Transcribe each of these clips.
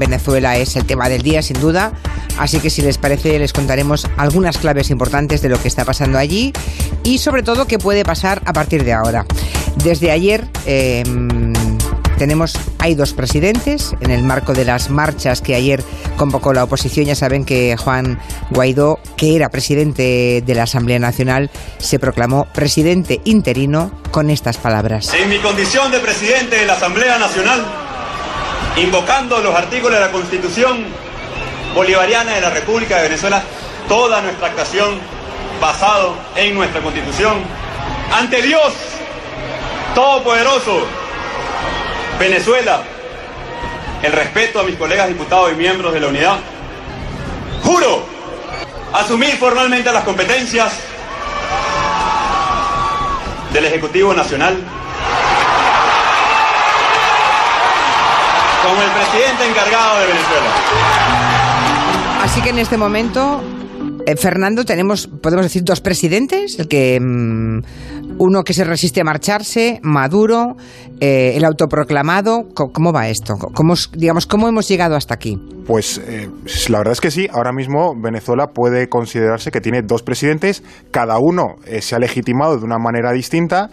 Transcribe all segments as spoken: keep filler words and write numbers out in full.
Venezuela es el tema del día, sin duda. Así que si les parece, les contaremos algunas claves importantes de lo que está pasando allí y sobre todo qué puede pasar a partir de ahora. Desde ayer eh, tenemos, hay dos presidentes en el marco de las marchas que ayer convocó la oposición. Ya saben que Juan Guaidó, que era presidente de la Asamblea Nacional, se proclamó presidente interino con estas palabras. En mi condición de presidente de la Asamblea Nacional, invocando los artículos de la Constitución Bolivariana de la República de Venezuela, toda nuestra actuación basado en nuestra Constitución, ante Dios Todopoderoso, Venezuela, el respeto a mis colegas diputados y miembros de la unidad, juro asumir formalmente las competencias del Ejecutivo Nacional como el presidente encargado de Venezuela. Así que en este momento, eh, Fernando, tenemos, podemos decir, dos presidentes, el que mmm, uno que se resiste a marcharse, Maduro, eh, el autoproclamado. ¿Cómo va esto? ¿Cómo, digamos, cómo hemos llegado hasta aquí? Pues eh, la verdad es que sí, ahora mismo Venezuela puede considerarse que tiene dos presidentes, cada uno eh, se ha legitimado de una manera distinta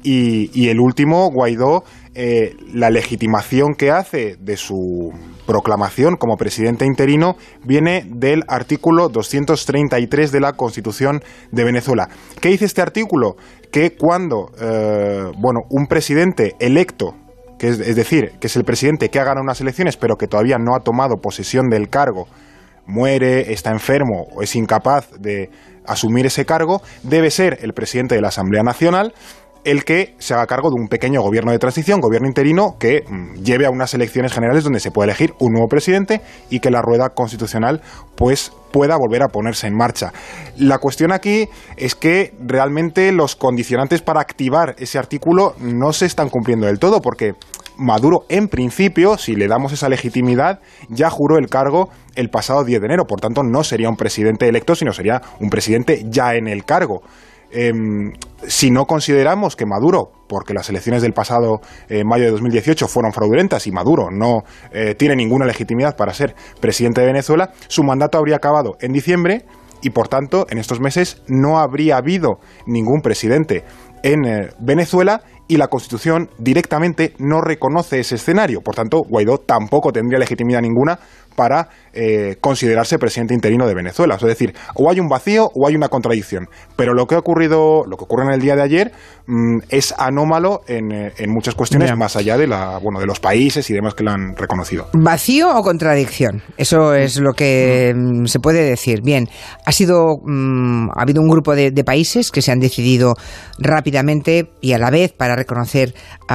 y, y el último, Guaidó, eh, la legitimación que hace de su proclamación como presidente interino viene del artículo doscientos treinta y tres de la Constitución de Venezuela. ¿Qué dice este artículo? Que cuando eh, bueno, un presidente electo, que es, es decir, que es el presidente que ha ganado unas elecciones pero que todavía no ha tomado posesión del cargo, muere, está enfermo o es incapaz de asumir ese cargo, debe ser el presidente de la Asamblea Nacional el que se haga cargo de un pequeño gobierno de transición, gobierno interino, que mmm, lleve a unas elecciones generales donde se pueda elegir un nuevo presidente y que la rueda constitucional pues pueda volver a ponerse en marcha. La cuestión aquí es que realmente los condicionantes para activar ese artículo no se están cumpliendo del todo, porque Maduro, en principio, si le damos esa legitimidad, ya juró el cargo el pasado diez de enero, por tanto no sería un presidente electo, sino sería un presidente ya en el cargo. Eh, si no consideramos que Maduro, porque las elecciones del pasado eh, mayo de dos mil dieciocho fueron fraudulentas y Maduro no eh, tiene ninguna legitimidad para ser presidente de Venezuela, su mandato habría acabado en diciembre y por tanto en estos meses no habría habido ningún presidente en eh, Venezuela y la Constitución directamente no reconoce ese escenario. Por tanto, Guaidó tampoco tendría legitimidad ninguna para eh, considerarse presidente interino de Venezuela. Es decir, o hay un vacío o hay una contradicción. Pero lo que ha ocurrido, lo que ocurre en el día de ayer mmm, es anómalo en, en muchas cuestiones, Bien. más allá de la, bueno, de los países y demás que lo han reconocido. ¿Vacío o contradicción? Eso es lo que mm. se puede decir. Bien, ha sido mm, ha habido un grupo de, de países que se han decidido rápidamente y a la vez para reconocer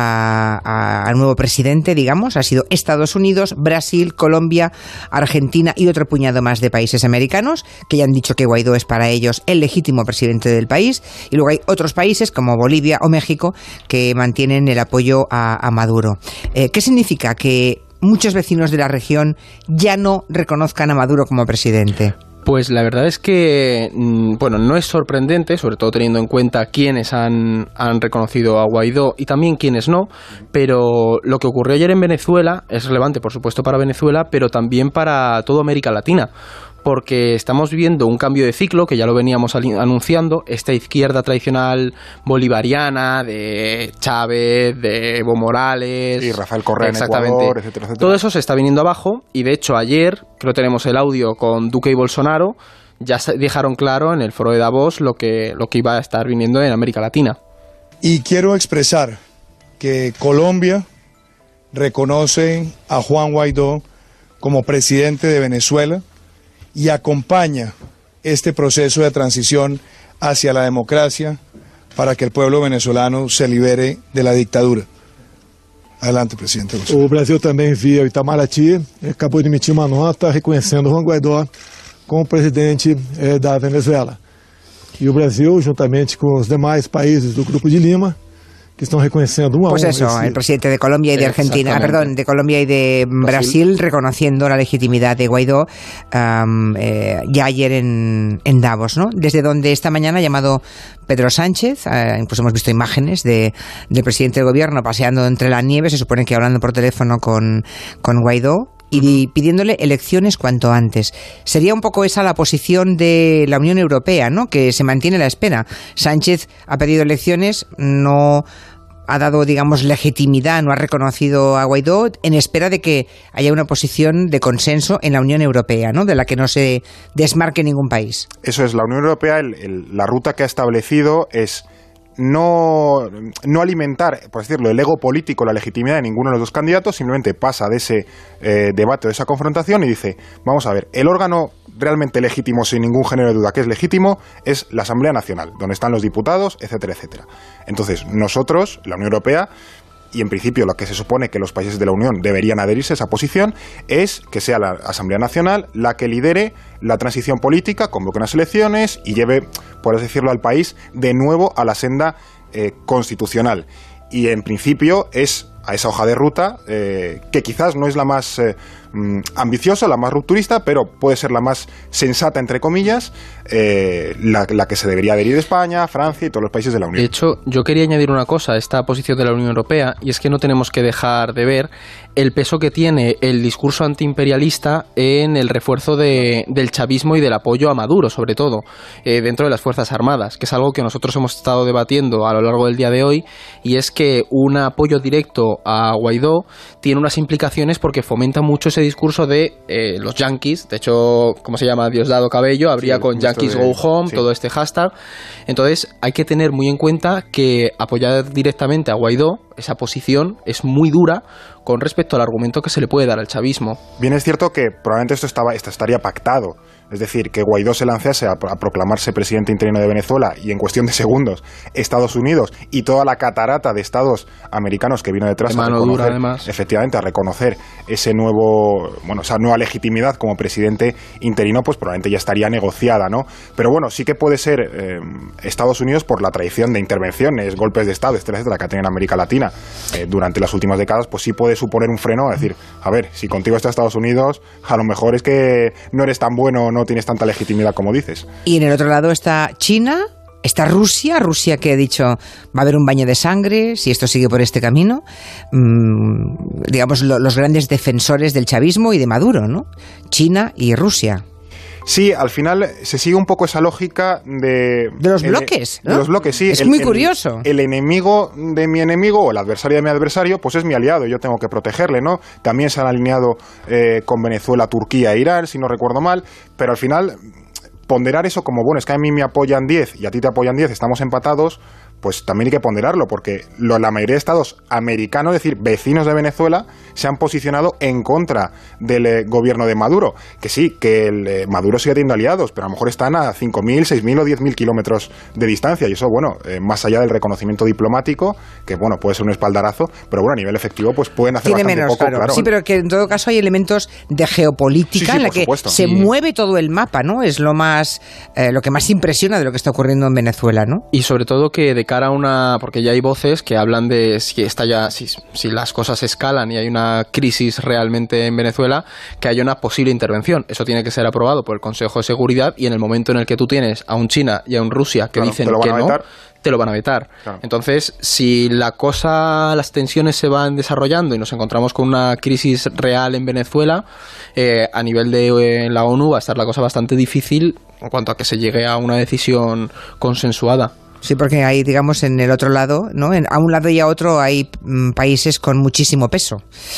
a, a, al nuevo presidente, digamos. Ha sido Estados Unidos, Brasil, Colombia, Argentina y otro puñado más de países americanos que ya han dicho que Guaidó es para ellos el legítimo presidente del país, y luego hay otros países como Bolivia o México que mantienen el apoyo a, a Maduro. Eh, ¿Qué significa que muchos vecinos de la región ya no reconozcan a Maduro como presidente? Pues la verdad es que, bueno, no es sorprendente, sobre todo teniendo en cuenta quiénes han, han reconocido a Guaidó y también quiénes no, pero lo que ocurrió ayer en Venezuela es relevante, por supuesto, para Venezuela, pero también para toda América Latina, porque estamos viviendo un cambio de ciclo que ya lo veníamos anunciando, esta izquierda tradicional bolivariana de Chávez, de Evo Morales... Y Rafael Correa en Ecuador, etcétera, etcétera. Todo eso se está viniendo abajo y de hecho ayer, creo que tenemos el audio con Duque y Bolsonaro, ya dejaron claro en el foro de Davos lo que, lo que iba a estar viniendo en América Latina. Y quiero expresar que Colombia reconoce a Juan Guaidó como presidente de Venezuela y acompaña este proceso de transición hacia la democracia para que el pueblo venezolano se libere de la dictadura. Adelante, presidente. O Brasil também, via o Itamaraty, acabou de emitir uma nota reconhecendo Juan Guaidó como presidente eh, da Venezuela. E o Brasil, juntamente com os demais países do Grupo de Lima, que están reconociendo uno a uno. Pues eso, el presidente de Colombia y de Argentina, perdón, de Colombia y de Brasil, Brasil reconociendo la legitimidad de Guaidó um, eh, ya ayer en, en Davos, ¿no? Desde donde esta mañana ha llamado Pedro Sánchez, eh, incluso hemos visto imágenes de, del presidente del gobierno paseando entre la nieve, se supone que hablando por teléfono con, con Guaidó. y pidiéndole elecciones cuanto antes. Sería un poco esa la posición de la Unión Europea, ¿no? Que se mantiene a la espera. Sánchez ha pedido elecciones, no ha dado, digamos, legitimidad, no ha reconocido a Guaidó, en espera de que haya una posición de consenso en la Unión Europea, ¿no? De la que no se desmarque ningún país. Eso es, la Unión Europea, el, el, la ruta que ha establecido es no, no alimentar, por decirlo, el ego político, la legitimidad de ninguno de los dos candidatos, simplemente pasa de ese eh, debate, de esa confrontación y dice, vamos a ver, el órgano realmente legítimo, sin ningún género de duda que es legítimo, es la Asamblea Nacional, donde están los diputados, etcétera, etcétera. Entonces, nosotros, la Unión Europea, y en principio lo que se supone que los países de la Unión deberían adherirse a esa posición, es que sea la Asamblea Nacional la que lidere la transición política, convoque unas elecciones y lleve, por así decirlo, al país de nuevo a la senda eh, constitucional. Y en principio es a esa hoja de ruta, eh, que quizás no es la más eh, ambiciosa, la más rupturista, pero puede ser la más sensata, entre comillas, eh, la, la que se debería adherir España, Francia y todos los países de la Unión. De hecho, yo quería añadir una cosa a esta posición de la Unión Europea, y es que no tenemos que dejar de ver el peso que tiene el discurso antiimperialista en el refuerzo de, del chavismo y del apoyo a Maduro, sobre todo, eh, dentro de las Fuerzas Armadas, que es algo que nosotros hemos estado debatiendo a lo largo del día de hoy, y es que un apoyo directo a Guaidó tiene unas implicaciones porque fomenta mucho ese discurso de eh, los yanquis. De hecho, ¿cómo se llama? Diosdado Cabello habría sí, con Yankees de... Go Home, sí. Todo este hashtag. Entonces hay que tener muy en cuenta que apoyar directamente a Guaidó, esa posición es muy dura con respecto al argumento que se le puede dar al chavismo. Bien, es cierto que probablemente esto, estaba, esto estaría pactado. Es decir, que Guaidó se lanzase a, a proclamarse presidente interino de Venezuela y en cuestión de segundos Estados Unidos y toda la catarata de estados americanos que vino detrás de a mano reconocer, dura, además. efectivamente, a reconocer ese nuevo, bueno, esa nueva legitimidad como presidente interino, pues probablemente ya estaría negociada, ¿no? Pero bueno, sí que puede ser eh, Estados Unidos por la tradición de intervenciones, golpes de Estado, etcétera, etcétera, que ha tenido en América Latina eh, durante las últimas décadas, pues sí puede suponer un freno, es decir, a ver, si contigo está Estados Unidos, a lo mejor es que no eres tan bueno, no tienes tanta legitimidad como dices. Y en el otro lado está China, está Rusia, Rusia que ha dicho va a haber un baño de sangre si esto sigue por este camino, mm, digamos lo, los grandes defensores del chavismo y de Maduro, ¿no? China y Rusia. Sí, al final se sigue un poco esa lógica de... De los bloques, el, ¿no? De los bloques, sí. Es el, muy el, curioso. El enemigo de mi enemigo o el adversario de mi adversario, pues es mi aliado, yo tengo que protegerle, ¿no? También se han alineado eh, con Venezuela, Turquía e Irán, si no recuerdo mal, pero al final ponderar eso como, bueno, es que a mí me apoyan diez y a ti te apoyan diez, estamos empatados, pues también hay que ponderarlo, porque lo, la mayoría de estados americanos, es decir, vecinos de Venezuela, se han posicionado en contra del eh, gobierno de Maduro. Que sí, que el, eh, Maduro sigue teniendo aliados, pero a lo mejor están a cinco mil, seis mil o diez mil kilómetros de distancia, y eso, bueno, eh, más allá del reconocimiento diplomático, que bueno, puede ser un espaldarazo, pero bueno, a nivel efectivo, pues pueden hacer Tiene bastante menos, poco, claro. claro. Sí, pero que en todo caso hay elementos de geopolítica sí, sí, en la que supuesto. se sí. mueve todo el mapa, ¿no? Es lo más, eh, lo que más impresiona de lo que está ocurriendo en Venezuela, ¿no? Y sobre todo que de cara a una... porque ya hay voces que hablan de si está ya si, si las cosas escalan y hay una crisis realmente en Venezuela, que haya una posible intervención. Eso tiene que ser aprobado por el Consejo de Seguridad, y en el momento en el que tú tienes a un China y a un Rusia que claro, dicen que no, vetar. te lo van a vetar. Claro. Entonces, si la cosa, las tensiones se van desarrollando y nos encontramos con una crisis real en Venezuela, eh, a nivel de eh, la ONU va a estar la cosa bastante difícil en cuanto a que se llegue a una decisión consensuada. Sí, porque hay, digamos, en el otro lado, ¿no? En, a un lado y a otro hay mm, países con muchísimo peso.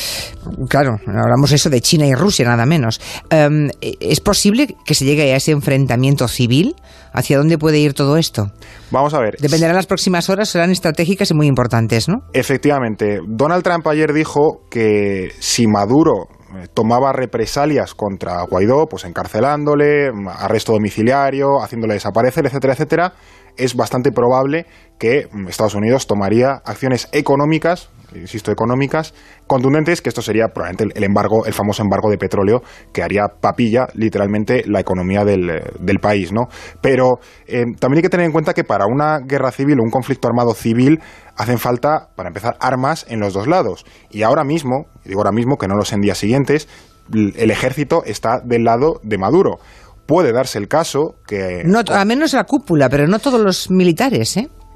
Claro, hablamos eso de China y Rusia, nada menos. Um, ¿Es posible que se llegue a ese enfrentamiento civil? ¿Hacia dónde puede ir todo esto? Vamos a ver. Dependerán las próximas horas, serán estratégicas y muy importantes, ¿no? Efectivamente. Donald Trump ayer dijo que si Maduro tomaba represalias contra Guaidó, pues encarcelándole, arresto domiciliario, haciéndole desaparecer, etcétera, etcétera, es bastante probable que Estados Unidos tomaría acciones económicas, insisto, económicas, contundentes, que esto sería probablemente el embargo, el famoso embargo de petróleo, que haría papilla, literalmente, la economía del, del país, ¿no? Pero eh, también hay que tener en cuenta que para una guerra civil o un conflicto armado civil hacen falta, para empezar, armas en los dos lados. Y ahora mismo, digo ahora mismo, que no los en días siguientes, el ejército está del lado de Maduro. Puede darse el caso que... No, a menos la cúpula, pero no todos los militares, ¿eh?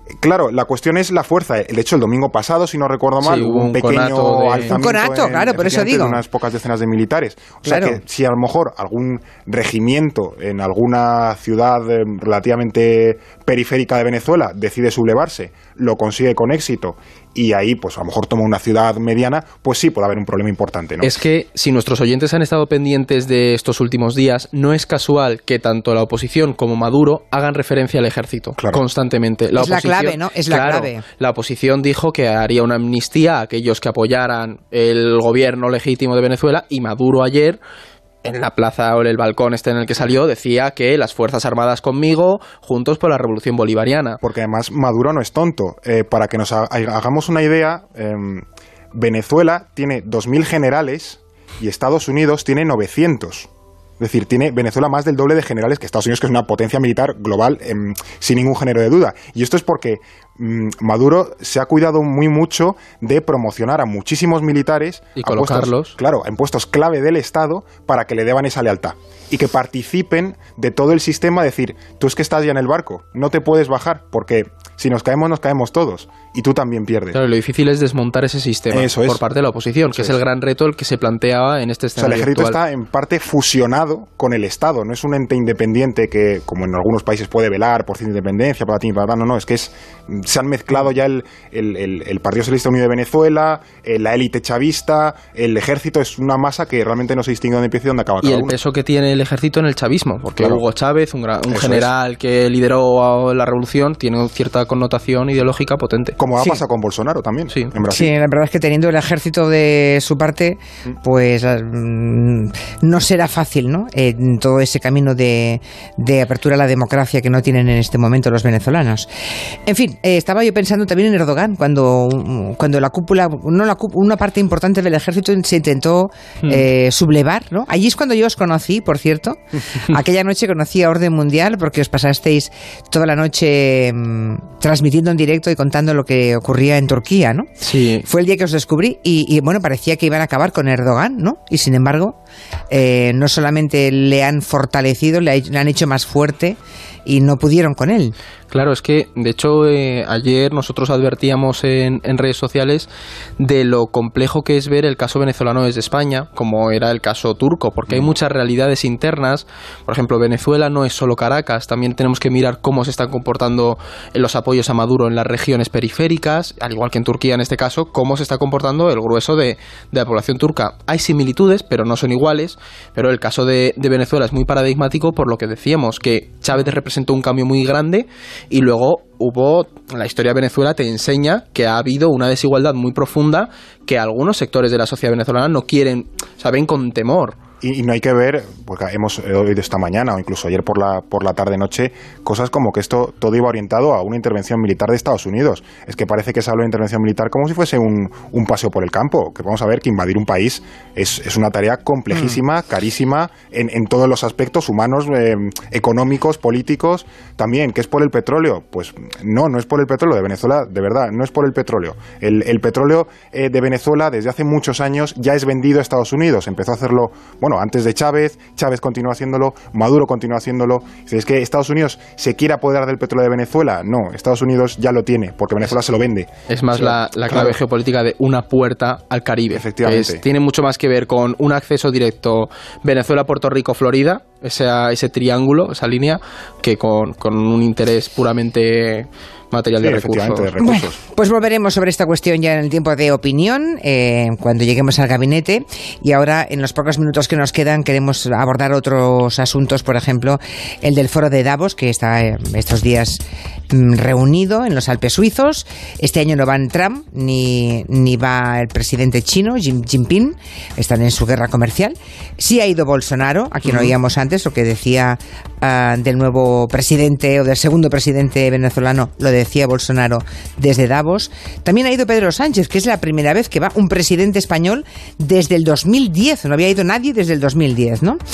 Claro, la cuestión es la fuerza. De hecho, el domingo pasado, si no recuerdo mal, sí, hubo un, un pequeño de... alzamiento. Un conato, en, claro, por eso digo. De unas pocas decenas de militares. O claro. sea que si a lo mejor algún regimiento en alguna ciudad eh, relativamente periférica de Venezuela decide sublevarse, lo consigue con éxito y ahí pues a lo mejor toma una ciudad mediana, pues sí puede haber un problema importante, ¿no? Es que si nuestros oyentes han estado pendientes de estos últimos días, no es casual que tanto la oposición como Maduro hagan referencia al ejército claro. constantemente. La es la clave, ¿no? Es la claro, clave. La oposición dijo que haría una amnistía a aquellos que apoyaran el gobierno legítimo de Venezuela y Maduro ayer en la plaza o en el balcón este en el que salió, decía que las Fuerzas Armadas conmigo, juntos por la Revolución Bolivariana. Porque además Maduro no es tonto. Eh, para que nos ha hagamos una idea, eh, Venezuela tiene dos mil generales y Estados Unidos tiene novecientos. Es decir, tiene Venezuela más del doble de generales que Estados Unidos, que es una potencia militar global eh, sin ningún género de duda. Y esto es porque mmm, Maduro se ha cuidado muy mucho de promocionar a muchísimos militares y colocarlos, puestos, claro, en puestos clave del Estado para que le deban esa lealtad y que participen de todo el sistema. Decir, tú es que estás ya en el barco, no te puedes bajar porque si nos caemos, nos caemos todos y tú también pierdes. Claro, lo difícil es desmontar ese sistema Eso es. por parte de la oposición, que es. es el gran reto el que se planteaba en este escenario. O sea, el ejército actual. está en parte fusionado con el Estado, no es un ente independiente que, como en algunos países, puede velar por cierta independencia, para ti, para no, no, es que es, se han mezclado ya el, el, el, el Partido Socialista Unido de Venezuela, la élite chavista, el ejército es una masa que realmente no se distingue dónde empieza y dónde acaba cada uno. Y el uno. peso que tiene el ejército en el chavismo, porque claro. Hugo Chávez, un, gran, un general es. que lideró la revolución, tiene cierta connotación ideológica potente. Como ha sí. pasado con Bolsonaro también, sí. en Brasil. Sí, la verdad es que teniendo el ejército de su parte, pues mm, no será fácil, ¿no? Eh, todo ese camino de, de apertura a la democracia que no tienen en este momento los venezolanos. En fin, eh, estaba yo pensando también en Erdogan, cuando, cuando la cúpula, no la cúpula, una parte importante del ejército se intentó eh, sublevar, ¿no? Allí es cuando yo os conocí, por cierto. Aquella noche conocí a Orden Mundial porque os pasasteis toda la noche mmm, transmitiendo en directo y contando lo que ocurría en Turquía, ¿no? Sí. Fue el día que os descubrí y, y bueno, parecía que iban a acabar con Erdogan, ¿no? Y sin embargo, eh, no solamente le han fortalecido, le, ha, le han hecho más fuerte y no pudieron con él. Claro, es que de hecho eh, ayer nosotros advertíamos en, en redes sociales de lo complejo que es ver el caso venezolano desde España, como era el caso turco, porque hay muchas realidades internas. Por ejemplo, Venezuela no es solo Caracas, también tenemos que mirar cómo se están comportando los apoyos a Maduro en las regiones periféricas, al igual que en Turquía en este caso, cómo se está comportando el grueso de, de la población turca. Hay similitudes, pero no son iguales, pero el caso de, de Venezuela es muy paradigmático por lo que decíamos, que Chávez representó un cambio muy grande. Y luego hubo, la historia de Venezuela te enseña que ha habido una desigualdad muy profunda que algunos sectores de la sociedad venezolana no quieren, o sea, ven con temor. Y, y no hay que ver, porque hemos oído esta mañana o incluso ayer por la por la tarde-noche, cosas como que esto todo iba orientado a una intervención militar de Estados Unidos. Es que parece que se habla de intervención militar como si fuese un, un paseo por el campo, que vamos a ver que invadir un país es, es una tarea complejísima, mm. carísima, en, en todos los aspectos humanos, eh, económicos, políticos, también. ¿Que es por el petróleo? Pues no, no es por el petróleo de Venezuela, de verdad, no es por el petróleo. El, el petróleo eh, de Venezuela desde hace muchos años ya es vendido a Estados Unidos, empezó a hacerlo, bueno, Bueno, antes de Chávez, Chávez continúa haciéndolo, Maduro continúa haciéndolo. ¿Es que Estados Unidos se quiere apoderar del petróleo de Venezuela? No, Estados Unidos ya lo tiene, porque Venezuela se lo vende. Es más o sea, la, la clave claro. geopolítica de una puerta al Caribe. Efectivamente. Que es, tiene mucho más que ver con un acceso directo Venezuela, Puerto Rico, Florida, ese, ese triángulo, esa línea, que con, con un interés puramente material sí, de, recursos. de recursos. Bueno, pues volveremos sobre esta cuestión ya en el tiempo de opinión, eh, cuando lleguemos al gabinete. Y ahora, en los pocos minutos que nos quedan, queremos abordar otros asuntos, por ejemplo, el del foro de Davos, que está eh, estos días mm, reunido en los Alpes suizos. Este año no van Trump, ni, ni va el presidente chino, Xi Jinping, están en su guerra comercial. Sí ha ido Bolsonaro, a quien uh-huh. oíamos antes, lo que decía uh, del nuevo presidente o del segundo presidente venezolano, lo decía Bolsonaro desde Davos. También ha ido Pedro Sánchez, que es la primera vez que va un presidente español desde el dos mil diez, no había ido nadie desde el dos mil diez, ¿no?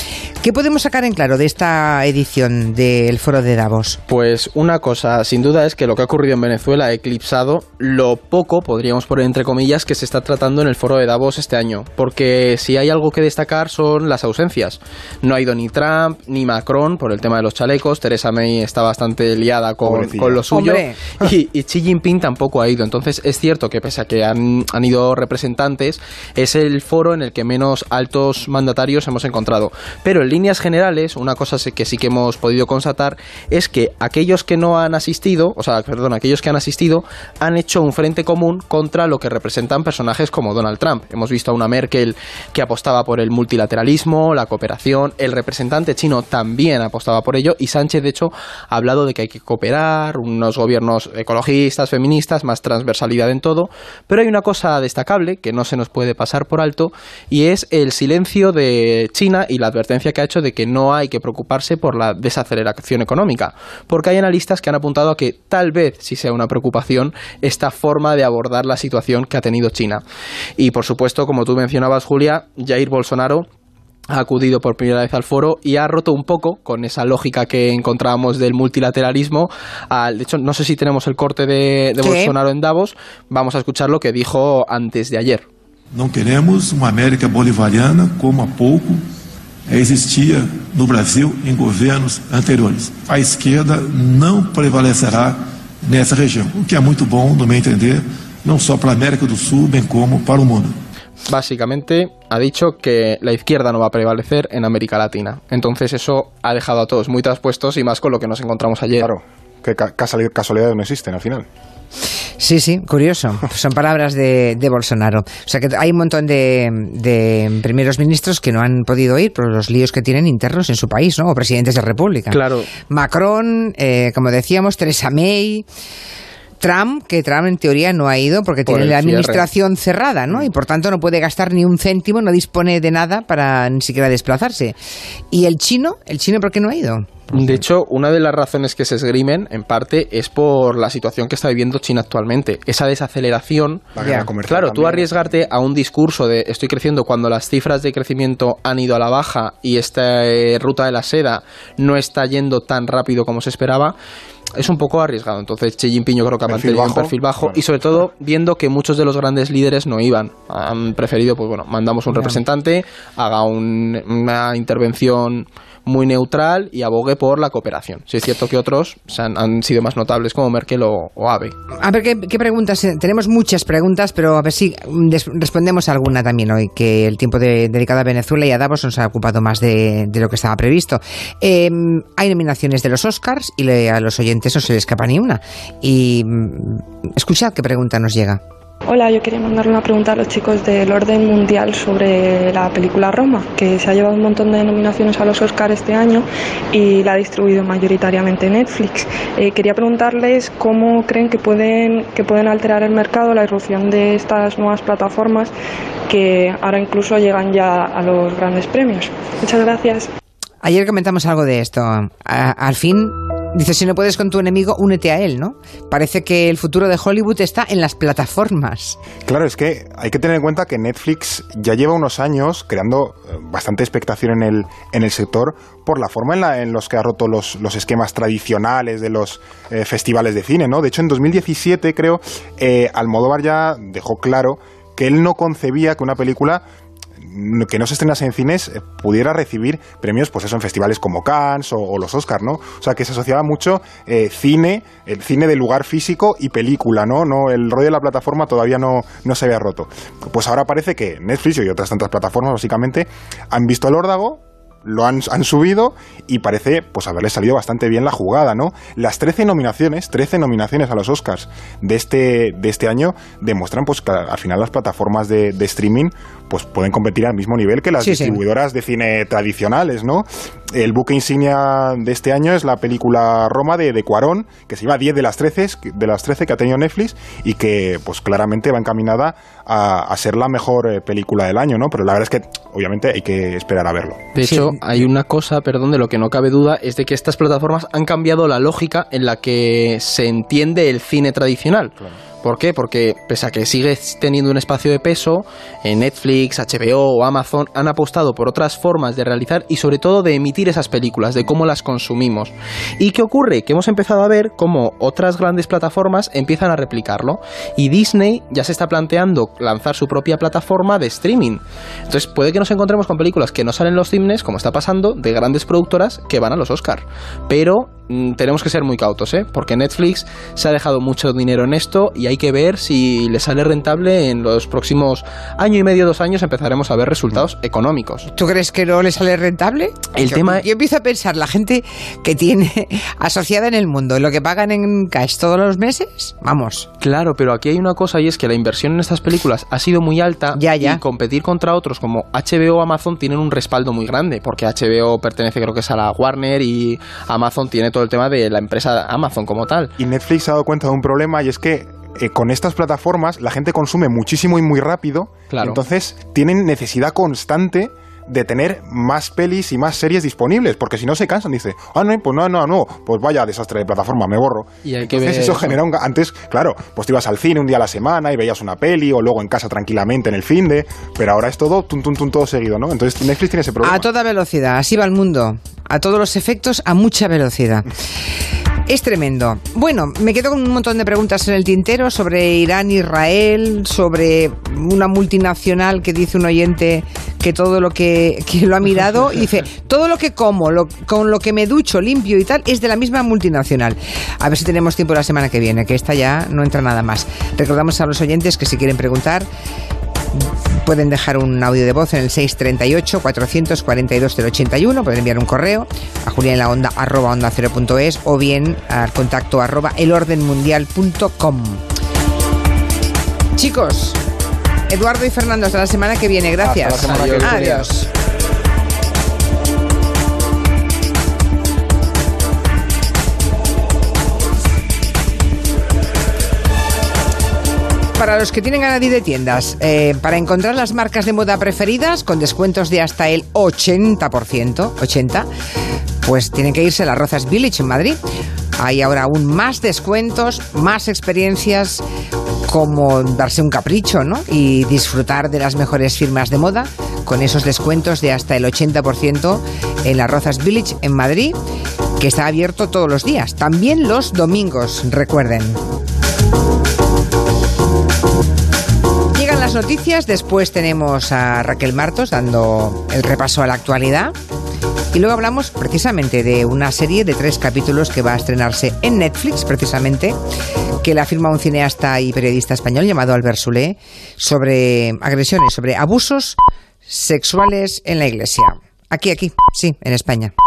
¿Qué podemos sacar en claro de esta edición del Foro de Davos? Pues una cosa, sin duda, es que lo que ha ocurrido en Venezuela ha eclipsado lo poco, podríamos poner entre comillas, que se está tratando en el Foro de Davos este año. Porque si hay algo que destacar son las ausencias. No ha ido ni Trump ni Macron por el tema de los chalecos. Theresa May está bastante liada con, con lo suyo. Y, y Xi Jinping tampoco ha ido. Entonces es cierto que pese a que han, han ido representantes, es el foro en el que menos altos mandatarios hemos encontrado. Pero en líneas generales, una cosa que sí que hemos podido constatar es que aquellos que no han asistido, o sea, perdón, aquellos que han asistido han hecho un frente común contra lo que representan personajes como Donald Trump. Hemos visto a una Merkel que apostaba por el multilateralismo, la cooperación, el representante chino también apostaba por ello y Sánchez, de hecho, ha hablado de que hay que cooperar, unos gobiernos ecologistas, feministas, más transversalidad en todo, pero hay una cosa destacable que no se nos puede pasar por alto y es el silencio de China y la advertencia que ha hecho de que no hay que preocuparse por la desaceleración económica, porque hay analistas que han apuntado a que tal vez sí sea una preocupación esta forma de abordar la situación que ha tenido China. Y por supuesto, como tú mencionabas, Julia, Jair Bolsonaro ha acudido por primera vez al foro y ha roto un poco con esa lógica que encontrábamos del multilateralismo. Al, de hecho, no sé si tenemos el corte de, de Bolsonaro en Davos. Vamos a escuchar lo que dijo antes de ayer. No queremos una América bolivariana como a pouco existía no Brasil en gobiernos anteriores. A izquierda no prevalecerá nessa região, o que é muito bom, no meu entender, não só para a América do Sul, bem como para o mundo. Básicamente ha dicho que la izquierda no va a prevalecer en América Latina. Entonces eso ha dejado a todos muy traspuestos y más con lo que nos encontramos ayer. Claro, que casualidades no existen al final. Sí, sí, curioso. Son palabras de, de Bolsonaro. O sea que hay un montón de, de primeros ministros que no han podido ir por los líos que tienen internos en su país, ¿no? O presidentes de república. Claro. Macron, eh, como decíamos, Theresa May, Trump, que Trump en teoría no ha ido porque tiene la administración cierre. cerrada, ¿no? Y por tanto no puede gastar ni un céntimo, no dispone de nada para ni siquiera desplazarse. ¿Y el chino? ¿El chino por qué no ha ido? De hecho, una de las razones que se esgrimen, en parte, es por la situación que está viviendo China actualmente. Esa desaceleración. Yeah. Claro, tú arriesgarte a un discurso de estoy creciendo cuando las cifras de crecimiento han ido a la baja y esta eh, ruta de la seda no está yendo tan rápido como se esperaba, es un poco arriesgado. Entonces Xi Jinping yo creo que ha mantenido un perfil bajo y sobre todo viendo que muchos de los grandes líderes no iban. Han preferido, pues bueno, mandamos un representante, haga un, una intervención muy neutral y abogue por la cooperación. Sí es cierto que otros o sea, han sido más notables como Merkel o, o Abe. A ver, ¿qué, qué preguntas? Tenemos muchas preguntas, pero a ver si des, respondemos alguna también hoy, que el tiempo de, dedicado a Venezuela y a Davos nos ha ocupado más de, de lo que estaba previsto. Eh, hay nominaciones de los Oscars y le, a los oyentes no se les escapa ni una. Y escuchad qué pregunta nos llega. Hola, yo quería mandarle una pregunta a los chicos del orden mundial sobre la película Roma, que se ha llevado un montón de nominaciones a los Oscars este año y la ha distribuido mayoritariamente Netflix. Eh, quería preguntarles cómo creen que pueden, que pueden alterar el mercado la irrupción de estas nuevas plataformas que ahora incluso llegan ya a los grandes premios. Muchas gracias. Ayer comentamos algo de esto. A, al fin... Dice, si no puedes con tu enemigo, únete a él, ¿no? Parece que el futuro de Hollywood está en las plataformas. Claro, es que hay que tener en cuenta que Netflix ya lleva unos años creando bastante expectación en el, en el sector por la forma en, la, en los que ha roto los, los esquemas tradicionales de los eh, festivales de cine, ¿no? De hecho, en dos mil diecisiete, creo, eh, Almodóvar ya dejó claro que él no concebía que una película que no se estrenase en cines eh, pudiera recibir premios, pues eso, en festivales como Cannes o, o los Oscar, ¿no? O sea, que se asociaba mucho eh, cine, el cine de lugar físico y película, ¿no? No, el rollo de la plataforma todavía no, no se había roto. Pues ahora parece que Netflix y otras tantas plataformas, básicamente, han visto el órdago, lo han, han subido y parece pues haberle salido bastante bien la jugada, ¿no? Las trece nominaciones, trece nominaciones a los Oscars de este, de este año demuestran pues que al final las plataformas de, de streaming pues pueden competir al mismo nivel que las sí, distribuidoras sí. de cine tradicionales, ¿no? El buque insignia de este año es la película Roma de, de Cuarón, que se lleva diez de las trece de las trece que ha tenido Netflix y que pues claramente va encaminada a, a ser la mejor película del año, ¿no? Pero la verdad es que obviamente hay que esperar a verlo. De hecho, sí. hay una cosa, perdón, de lo que no cabe duda, es de que estas plataformas han cambiado la lógica en la que se entiende el cine tradicional. Claro. ¿Por qué? Porque pese a que sigue teniendo un espacio de peso, en Netflix, H B O o Amazon han apostado por otras formas de realizar y sobre todo de emitir esas películas, de cómo las consumimos. ¿Y qué ocurre? Que hemos empezado a ver cómo otras grandes plataformas empiezan a replicarlo, y Disney ya se está planteando lanzar su propia plataforma de streaming. Entonces puede que nos encontremos con películas que no salen en los cines, como está pasando, de grandes productoras que van a los Oscar. Pero mmm, tenemos que ser muy cautos, ¿eh? Porque Netflix se ha dejado mucho dinero en esto y hay que ver si le sale rentable. En los próximos año y medio, dos años empezaremos a ver resultados económicos. ¿Tú crees que no le sale rentable? El yo, tema... yo empiezo a pensar, la gente que tiene asociada en el mundo, lo que pagan en cash todos los meses, vamos. Claro, pero aquí hay una cosa, y es que la inversión en estas películas ha sido muy alta, ya, ya. y competir contra otros como H B O o Amazon tienen un respaldo muy grande, porque H B O pertenece, creo que es a la Warner, y Amazon tiene todo el tema de la empresa Amazon como tal. Y Netflix se ha dado cuenta de un problema, y es que eh, con estas plataformas la gente consume muchísimo y muy rápido, claro. Entonces tienen necesidad constante de tener más pelis y más series disponibles, porque si no se cansan, dice, ah, no, pues no, no, no, pues vaya desastre de plataforma, me borro. Y hay que Entonces ver eso, eso genera un... Antes, claro, pues te ibas al cine un día a la semana y veías una peli, o luego en casa tranquilamente en el finde, pero ahora es todo, tum, tum, tum, todo seguido, ¿no? Entonces Netflix tiene ese problema. A toda velocidad, así va el mundo, a todos los efectos, a mucha velocidad. Es tremendo. Bueno, me quedo con un montón de preguntas en el tintero sobre Irán, Israel, sobre una multinacional que dice un oyente que todo lo que, que lo ha mirado y dice, todo lo que como, lo, con lo que me ducho, limpio y tal, es de la misma multinacional. A ver si tenemos tiempo la semana que viene, que esta ya no entra nada más. Recordamos a los oyentes que si quieren preguntar, pueden dejar un audio de voz en el seis tres ocho, cuatro cuatro dos, cero ocho uno, pueden enviar un correo a julianlaonda arroba onda cero punto es o bien al contacto arroba elordenmundial punto com. Chicos, Eduardo y Fernando, hasta la semana que viene. Gracias. Hasta la semana que viene. Adiós. Para los que tienen ganas de ir de tiendas, eh, para encontrar las marcas de moda preferidas con descuentos de hasta el ochenta por ciento, ochenta, pues tienen que irse a las Rozas Village en Madrid. Hay ahora aún más descuentos, más experiencias, como darse un capricho, ¿no? Y disfrutar de las mejores firmas de moda con esos descuentos de hasta el ochenta por ciento en las Rozas Village en Madrid, que está abierto todos los días, también los domingos, recuerden. Llegan las noticias, después tenemos a Raquel Martos dando el repaso a la actualidad y luego hablamos precisamente de una serie de tres capítulos que va a estrenarse en Netflix, precisamente, que la firma un cineasta y periodista español llamado Albert Soler, sobre agresiones, sobre abusos sexuales en la Iglesia. Aquí, aquí, sí, en España.